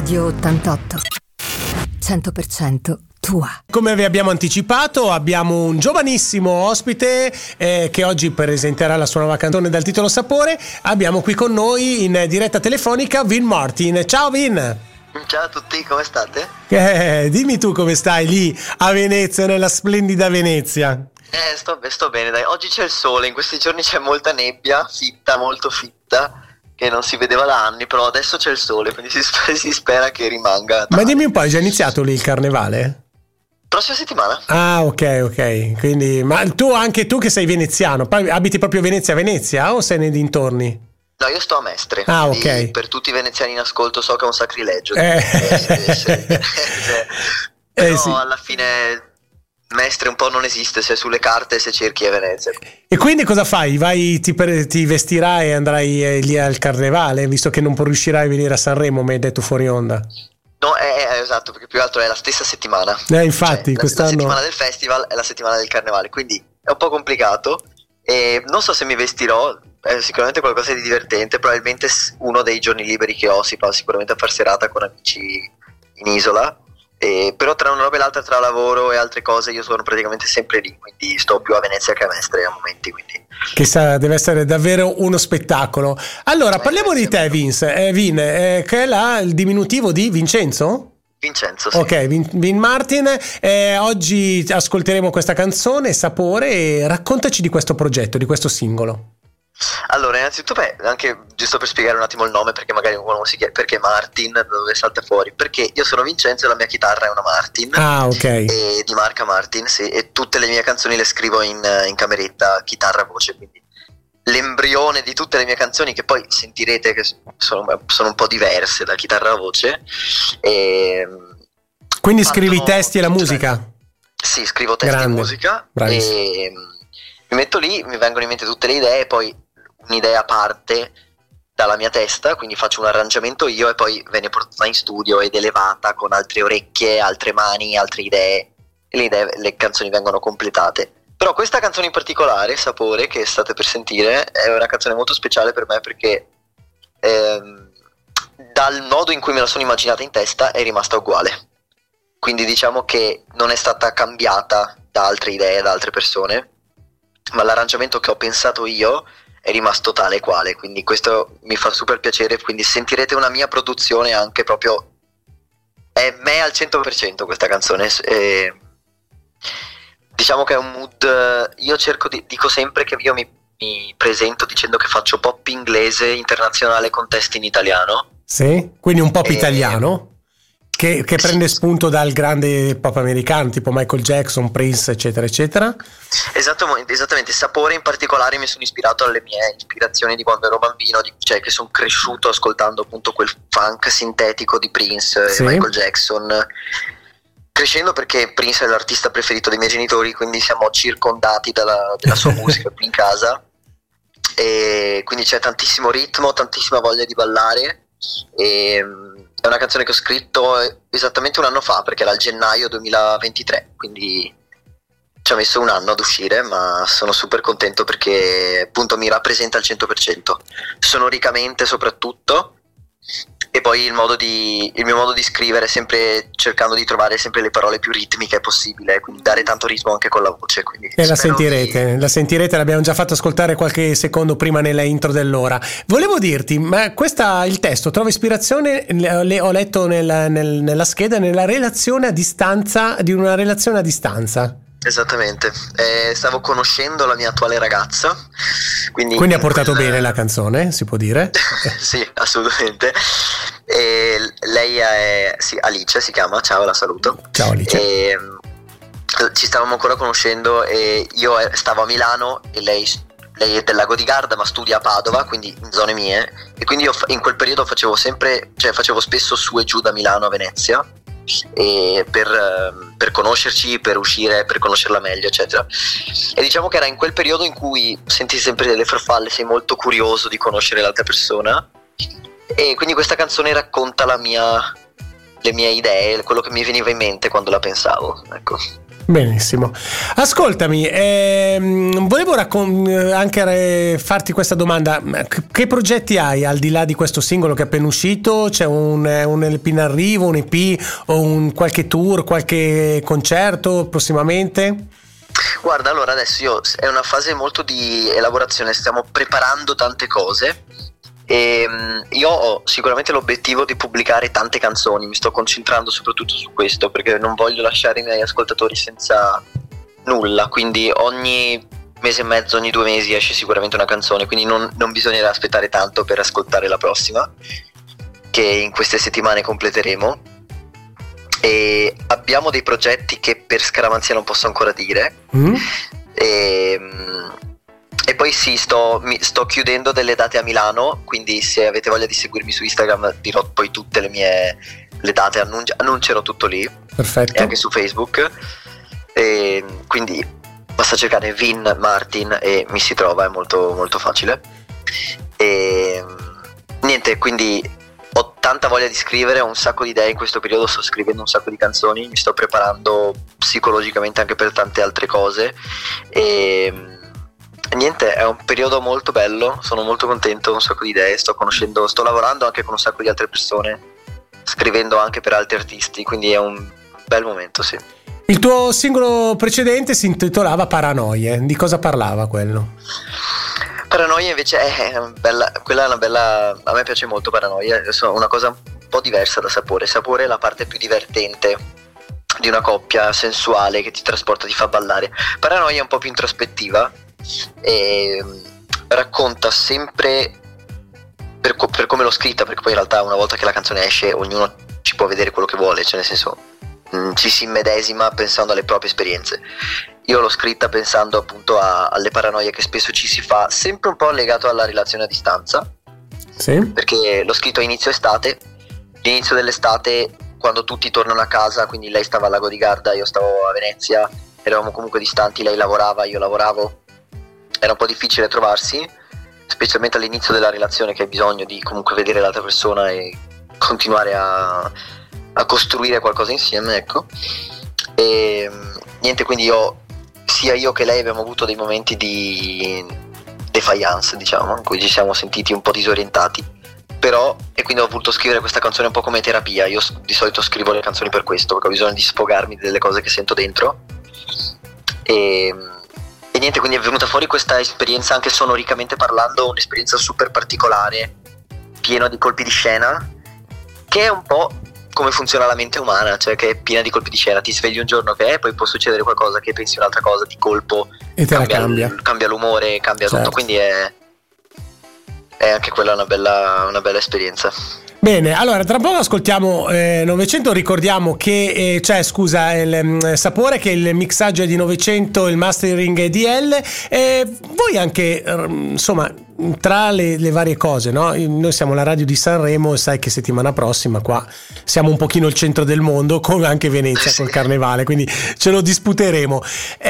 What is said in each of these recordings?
Radio 88. 100% tua. Come vi abbiamo anticipato, abbiamo un giovanissimo ospite che oggi presenterà la sua nuova canzone dal titolo Sapore. Abbiamo qui con noi in diretta telefonica Vin Martin. Ciao Vin! Ciao a tutti, come state? Dimmi tu come stai lì a Venezia, nella splendida Venezia. Sto bene, dai. Oggi c'è il sole, in questi giorni c'è molta nebbia, molto fitta, che non si vedeva da anni, però adesso c'è il sole, quindi si spera che rimanga. Ma dimmi un po', è già iniziato lì il carnevale? Prossima settimana. Ah, ok. Quindi, ma anche tu che sei veneziano, abiti proprio Venezia o sei nei dintorni? No, io sto a Mestre. Ah, ok. Per tutti i veneziani in ascolto so che è un sacrilegio. Però sì. Alla fine Mestre un po' non esiste, se sulle carte se cerchi è Venezia. E quindi cosa fai? Ti vestirai e andrai lì al carnevale, visto che non riuscirai a venire a Sanremo, mi hai detto fuori onda. No, esatto, perché più che altro è la stessa settimana. Infatti, quest'anno... La settimana del festival è la settimana del carnevale, quindi è un po' complicato. E non so se mi vestirò, è sicuramente qualcosa di divertente, probabilmente uno dei giorni liberi che ho si va sicuramente a far serata con amici in isola. Però tra una roba e l'altra, tra lavoro e altre cose, io sono praticamente sempre lì, quindi sto più a Venezia che a Mestre a momenti, quindi. Deve essere davvero uno spettacolo. Allora, parliamo di te, Vin, che è il diminutivo di Vincenzo? Vincenzo, sì. Ok, Vin Martin. Oggi ascolteremo questa canzone, Sapore, e raccontaci di questo progetto, di questo singolo. Allora, innanzitutto, anche giusto per spiegare un attimo il nome, perché magari uno si chiede perché Martin, da dove salta fuori? Perché io sono Vincenzo e la mia chitarra è una Martin. Ah, ok. E di marca Martin, sì, e tutte le mie canzoni le scrivo in cameretta, chitarra, voce, quindi l'embrione di tutte le mie canzoni, che poi sentirete che sono un po' diverse da chitarra a voce. Quindi scrivi i testi e la musica? Sì, scrivo testi e musica. Bravissimo. E mi metto lì, mi vengono in mente tutte le idee, poi un'idea parte dalla mia testa, quindi faccio un arrangiamento io e poi viene portata in studio ed elevata con altre orecchie, altre mani, altre idee, e le canzoni vengono completate. Però questa canzone in particolare, Sapore, che state per sentire, è una canzone molto speciale per me perché dal modo in cui me la sono immaginata in testa è rimasta uguale. Quindi diciamo che non è stata cambiata da altre idee, da altre persone, ma l'arrangiamento che ho pensato io è rimasto tale e quale, quindi questo mi fa super piacere, quindi sentirete una mia produzione anche proprio, è me al 100% questa canzone. Diciamo che è un mood, io dico sempre che io mi presento dicendo che faccio pop inglese internazionale con testi in italiano. Sì, quindi un pop italiano che prende spunto dal grande pop americano tipo Michael Jackson, Prince, eccetera eccetera. Esattamente, Sapore in particolare mi sono ispirato alle mie ispirazioni di quando ero bambino, cioè che sono cresciuto ascoltando appunto quel funk sintetico di Prince e Michael Jackson, crescendo perché Prince è l'artista preferito dei miei genitori, quindi siamo circondati della sua musica qui in casa, e quindi c'è tantissimo ritmo, tantissima voglia di ballare. E è una canzone che ho scritto esattamente un anno fa, perché era il gennaio 2023, quindi ci ha messo un anno ad uscire, ma sono super contento perché appunto mi rappresenta al 100%, sonoricamente soprattutto, e poi il mio modo di scrivere sempre cercando di trovare sempre le parole più ritmiche possibile, quindi dare tanto ritmo anche con la voce, quindi la sentirete, l'abbiamo già fatto ascoltare qualche secondo prima nella intro dell'ora. Volevo dirti, ma il testo trova ispirazione, ho letto nella scheda, nella relazione a distanza, di una relazione a distanza. Esattamente, stavo conoscendo la mia attuale ragazza, quindi ha portato bene la canzone, si può dire? Sì, assolutamente. E lei è Alice, si chiama, ciao, la saluto. Ciao Alice. Ci stavamo ancora conoscendo e io stavo a Milano e lei è del Lago di Garda ma studia a Padova, quindi in zone mie, e quindi io in quel periodo facevo spesso su e giù da Milano a Venezia, e per conoscerci, per uscire, per conoscerla meglio, eccetera. E diciamo che era in quel periodo in cui senti sempre delle farfalle, sei molto curioso di conoscere l'altra persona, e quindi questa canzone racconta le mie idee, quello che mi veniva in mente quando la pensavo, ecco. Benissimo. Ascoltami, volevo anche farti questa domanda. Che progetti hai al di là di questo singolo che è appena uscito? C'è un LP in arrivo, un EP o qualche tour, qualche concerto prossimamente? Guarda, allora adesso è una fase molto di elaborazione, stiamo preparando tante cose. E io ho sicuramente l'obiettivo di pubblicare tante canzoni, mi sto concentrando soprattutto su questo perché non voglio lasciare i miei ascoltatori senza nulla, quindi ogni mese e mezzo, ogni 2 mesi esce sicuramente una canzone, quindi non bisognerà aspettare tanto per ascoltare la prossima, che in queste settimane completeremo. E abbiamo dei progetti che per scaramanzia non posso ancora dire. E poi sì, sto chiudendo delle date a Milano, quindi se avete voglia di seguirmi su Instagram dirò poi tutte le date, annuncerò tutto lì. Perfetto. E anche su Facebook. E quindi basta cercare Vin Martin e mi si trova, è molto molto facile. E niente, quindi ho tanta voglia di scrivere, ho un sacco di idee in questo periodo, sto scrivendo un sacco di canzoni, mi sto preparando psicologicamente anche per tante altre cose e niente, è un periodo molto bello, sono molto contento, ho un sacco di idee, sto lavorando anche con un sacco di altre persone, scrivendo anche per altri artisti, quindi è un bel momento, sì. Il tuo singolo precedente si intitolava Paranoie, di cosa parlava quello? Paranoia invece quella è una bella, a me piace molto Paranoia, è una cosa un po' diversa da Sapore. Sapore è la parte più divertente di una coppia sensuale che ti trasporta, ti fa ballare. Paranoia è un po' più introspettiva e racconta sempre per come l'ho scritta, perché poi in realtà una volta che la canzone esce ognuno ci può vedere quello che vuole, cioè nel senso ci si immedesima pensando alle proprie esperienze. Io l'ho scritta pensando appunto alle paranoie che spesso ci si fa, sempre un po' legato alla relazione a distanza. Sì. Perché l'ho scritto a inizio estate, l'inizio dell'estate quando tutti tornano a casa, quindi lei stava al Lago di Garda, io stavo a Venezia, eravamo comunque distanti, lei lavorava, io lavoravo, era un po' difficile trovarsi, specialmente all'inizio della relazione che hai bisogno di comunque vedere l'altra persona e continuare a costruire qualcosa insieme, ecco. E niente, quindi sia io che lei abbiamo avuto dei momenti di defiance, diciamo, in cui ci siamo sentiti un po' disorientati, però, e quindi ho voluto scrivere questa canzone un po' come terapia. Io di solito scrivo le canzoni per questo, perché ho bisogno di sfogarmi delle cose che sento dentro e niente, quindi è venuta fuori questa esperienza anche sonoricamente parlando, un'esperienza super particolare, piena di colpi di scena, che è un po' come funziona la mente umana, cioè che è piena di colpi di scena. Ti svegli un giorno poi può succedere qualcosa che pensi un'altra cosa, di colpo e te cambia l'umore, cambia certo. Tutto, quindi è anche quella una bella esperienza. Bene, allora tra poco ascoltiamo 900, ricordiamo che Sapore, che il mixaggio è di 900, il mastering è di L, voi anche insomma tra le varie cose, no? Noi siamo la radio di Sanremo e sai che settimana prossima qua siamo un pochino il centro del mondo, come anche Venezia col carnevale, quindi ce lo disputeremo.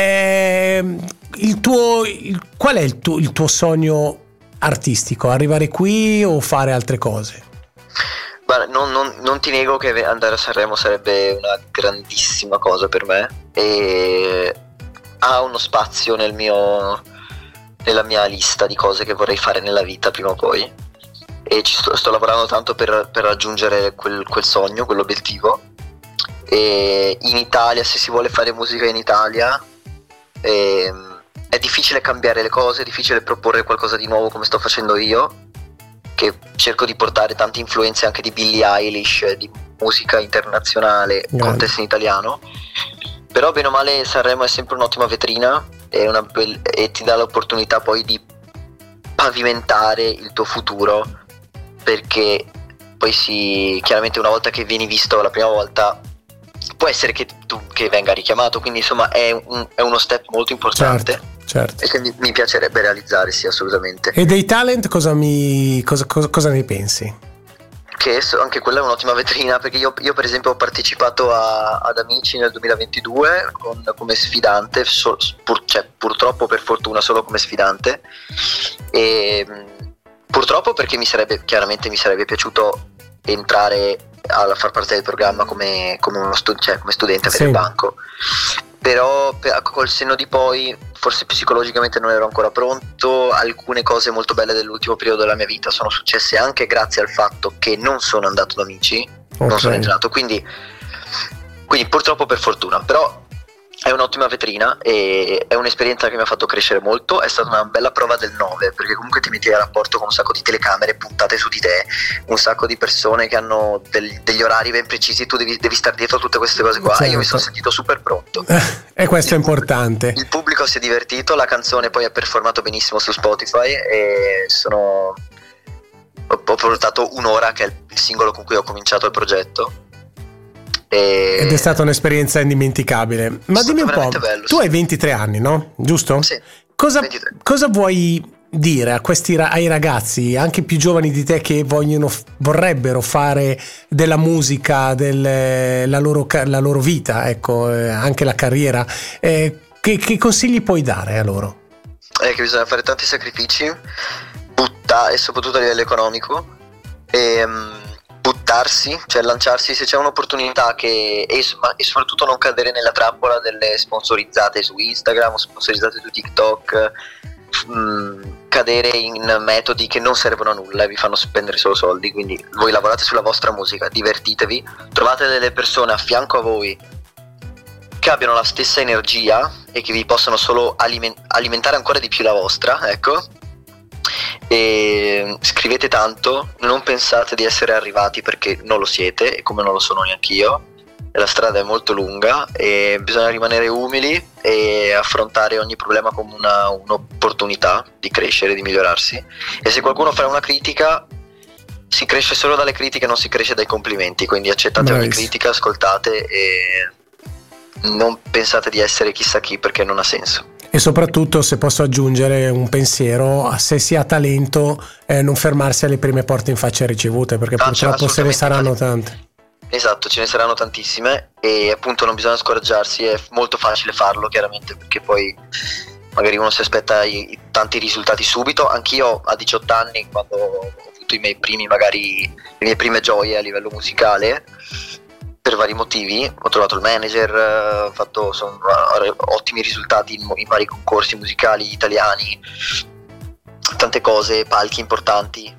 Qual è il tuo sogno artistico? Arrivare qui o fare altre cose? Guarda, non ti nego che andare a Sanremo sarebbe una grandissima cosa per me e ha uno spazio nella mia lista di cose che vorrei fare nella vita prima o poi, e sto lavorando tanto per raggiungere quel sogno, quell'obiettivo. E in Italia, se si vuole fare musica in Italia, è difficile cambiare le cose, è difficile proporre qualcosa di nuovo come sto facendo io, che cerco di portare tante influenze anche di Billie Eilish, di musica internazionale, contesto in italiano. Però bene o male Sanremo è sempre un'ottima vetrina e ti dà l'opportunità poi di pavimentare il tuo futuro, perché poi chiaramente una volta che vieni visto la prima volta può essere che venga richiamato, quindi insomma è uno step molto importante. Certo. E che mi piacerebbe realizzare, sì, assolutamente. E dei talent cosa ne pensi? Che anche quella è un'ottima vetrina, perché io per esempio ho partecipato ad Amici nel 2022 come sfidante, purtroppo, per fortuna solo come sfidante, e purtroppo perché mi sarebbe piaciuto entrare a far parte del programma come studente per il banco. però col senno di poi, forse psicologicamente non ero ancora pronto. Alcune cose molto belle dell'ultimo periodo della mia vita sono successe anche grazie al fatto che non sono andato da amici, non sono entrato, quindi purtroppo, per fortuna, però è un'ottima vetrina e è un'esperienza che mi ha fatto crescere molto. È stata una bella prova del 9, perché comunque ti metti a rapporto con un sacco di telecamere puntate su di te, un sacco di persone che hanno degli orari ben precisi, tu devi stare dietro a tutte queste cose qua. Certo. E io mi sono sentito super pronto e questo è importante. Il pubblico si è divertito, la canzone poi ha performato benissimo su Spotify e ho portato Un'ora, che è il singolo con cui ho cominciato il progetto. Ed è stata un'esperienza indimenticabile. Ma dimmi un po', bello, tu hai 23 anni, no? Giusto? Sì. Cosa vuoi dire ai ragazzi, anche più giovani di te, che vorrebbero fare della musica la loro vita, ecco, anche la carriera? Che consigli puoi dare a loro? Che bisogna fare tanti sacrifici, e soprattutto a livello economico, buttarsi, cioè lanciarsi se c'è un'opportunità, e soprattutto non cadere nella trappola delle sponsorizzate su Instagram o sponsorizzate su TikTok, cadere in metodi che non servono a nulla e vi fanno spendere solo soldi. Quindi voi lavorate sulla vostra musica, divertitevi, trovate delle persone a fianco a voi che abbiano la stessa energia e che vi possano solo alimentare ancora di più la vostra, ecco. E scrivete tanto, non pensate di essere arrivati, perché non lo siete, e come non lo sono neanche io. La strada è molto lunga e bisogna rimanere umili e affrontare ogni problema come un'opportunità di crescere, di migliorarsi. E se qualcuno fa una critica, si cresce solo dalle critiche, non si cresce dai complimenti. Quindi accettate ogni critica, ascoltate e non pensate di essere chissà chi, perché non ha senso. E soprattutto, se posso aggiungere un pensiero, se si ha talento, non fermarsi alle prime porte in faccia ricevute, perché purtroppo se ne saranno tante. Esatto, ce ne saranno tantissime e appunto non bisogna scoraggiarsi. È molto facile farlo, chiaramente, perché poi magari uno si aspetta tanti risultati subito. Anch'io a 18 anni, quando ho avuto le mie prime gioie a livello musicale, per vari motivi, ho trovato il manager, ho fatto ottimi risultati in vari concorsi musicali italiani, tante cose, palchi importanti.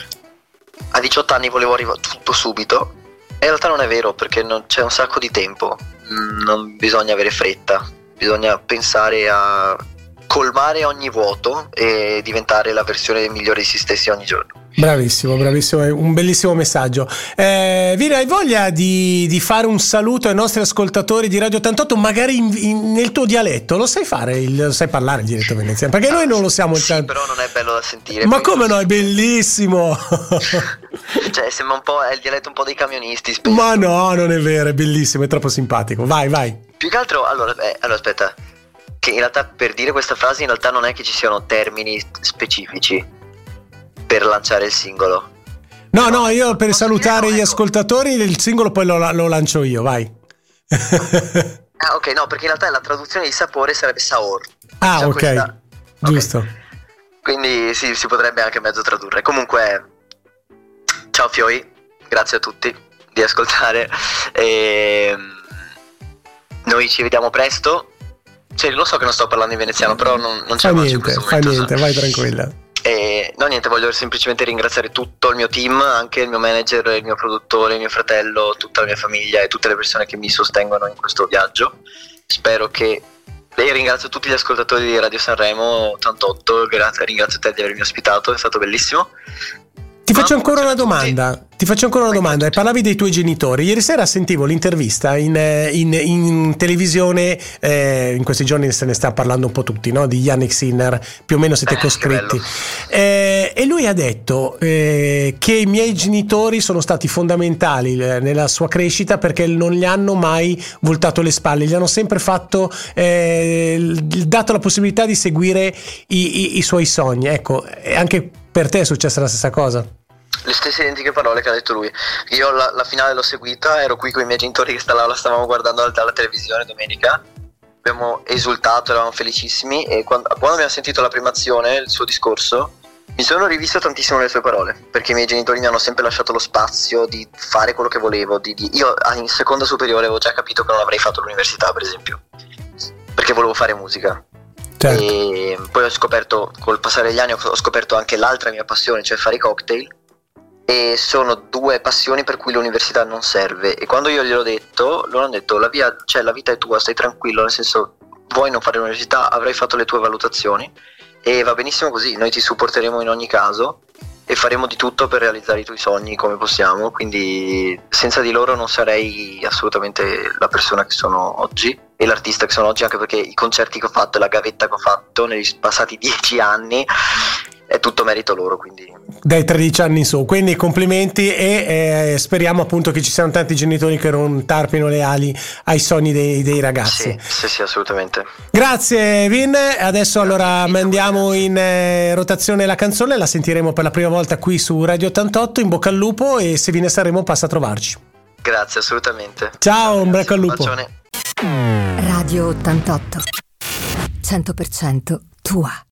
A 18 anni volevo arrivare tutto subito, e in realtà non è vero, perché c'è un sacco di tempo, non bisogna avere fretta, bisogna pensare a colmare ogni vuoto e diventare la versione migliore di se stessi ogni giorno. Bravissimo, è un bellissimo messaggio. Vira, hai voglia di fare un saluto ai nostri ascoltatori di Radio 88, magari nel tuo dialetto? Lo sai fare, lo sai parlare il dialetto veneziano? Perché noi non lo siamo. Sì, però non è bello da sentire. Ma come no, è bellissimo! Cioè, sembra un po', è il dialetto un po' dei camionisti spesso. Ma no, non è vero, è bellissimo, è troppo simpatico. Vai. Più che altro, allora aspetta, che in realtà per dire questa frase in realtà non è che ci siano termini specifici per lanciare il singolo. No, io per salutare gli ascoltatori il singolo poi lo lancio io, vai. Ok, no, perché in realtà la traduzione di sapore sarebbe saor. Ah, ok, giusto. Okay. Quindi sì, si potrebbe anche mezzo tradurre. Comunque, ciao Fioi, grazie a tutti di ascoltare e noi ci vediamo presto. Cioè, lo so che non sto parlando in veneziano, però non c'è niente, in questo momento. Fa niente, vai tranquilla. No, niente, voglio semplicemente ringraziare tutto il mio team, anche il mio manager, il mio produttore, il mio fratello, tutta la mia famiglia e tutte le persone che mi sostengono in questo viaggio. Spero che... E ringrazio tutti gli ascoltatori di Radio Sanremo 88, ringrazio te di avermi ospitato, è stato bellissimo. Ti faccio ancora una domanda. Parlavi dei tuoi genitori. Ieri sera sentivo l'intervista in televisione, in questi giorni se ne sta parlando un po' tutti, no? Di Yannick Sinner, più o meno siete coscritti. E lui ha detto che i miei genitori sono stati fondamentali nella sua crescita, perché non gli hanno mai voltato le spalle, gli hanno sempre dato la possibilità di seguire i suoi sogni. Ecco, anche per te è successa la stessa cosa? Le stesse identiche parole che ha detto lui. Io la finale l'ho seguita, ero qui con i miei genitori che la stavamo guardando dalla televisione domenica, abbiamo esultato, eravamo felicissimi, e quando abbiamo sentito la prima azione, il suo discorso, mi sono rivisto tantissimo le sue parole, perché i miei genitori mi hanno sempre lasciato lo spazio di fare quello che volevo. Io in seconda superiore avevo già capito che non avrei fatto l'università, per esempio, perché volevo fare musica. Certo. E poi ho scoperto, col passare degli anni ho scoperto anche l'altra mia passione, cioè fare i cocktail, e sono due passioni per cui l'università non serve. E quando io gliel'ho detto, loro hanno detto la vita è tua, stai tranquillo, nel senso, vuoi non fare l'università, avrai fatto le tue valutazioni e va benissimo così, noi ti supporteremo in ogni caso e faremo di tutto per realizzare i tuoi sogni come possiamo, quindi senza di loro non sarei assolutamente la persona che sono oggi e l'artista che sono oggi, anche perché i concerti che ho fatto e la gavetta che ho fatto negli passati 10 anni è tutto merito loro, quindi dai 13 anni in su, quindi complimenti e speriamo appunto che ci siano tanti genitori che non tarpino le ali ai sogni dei ragazzi. Sì, assolutamente. Grazie Vin, adesso allora mandiamo in rotazione la canzone, la sentiremo per la prima volta qui su Radio 88, in bocca al lupo, e se viene a Sanremo passa a trovarci. Grazie, assolutamente. Ciao, un bocca al lupo. Bacione. Radio 88 100% tua.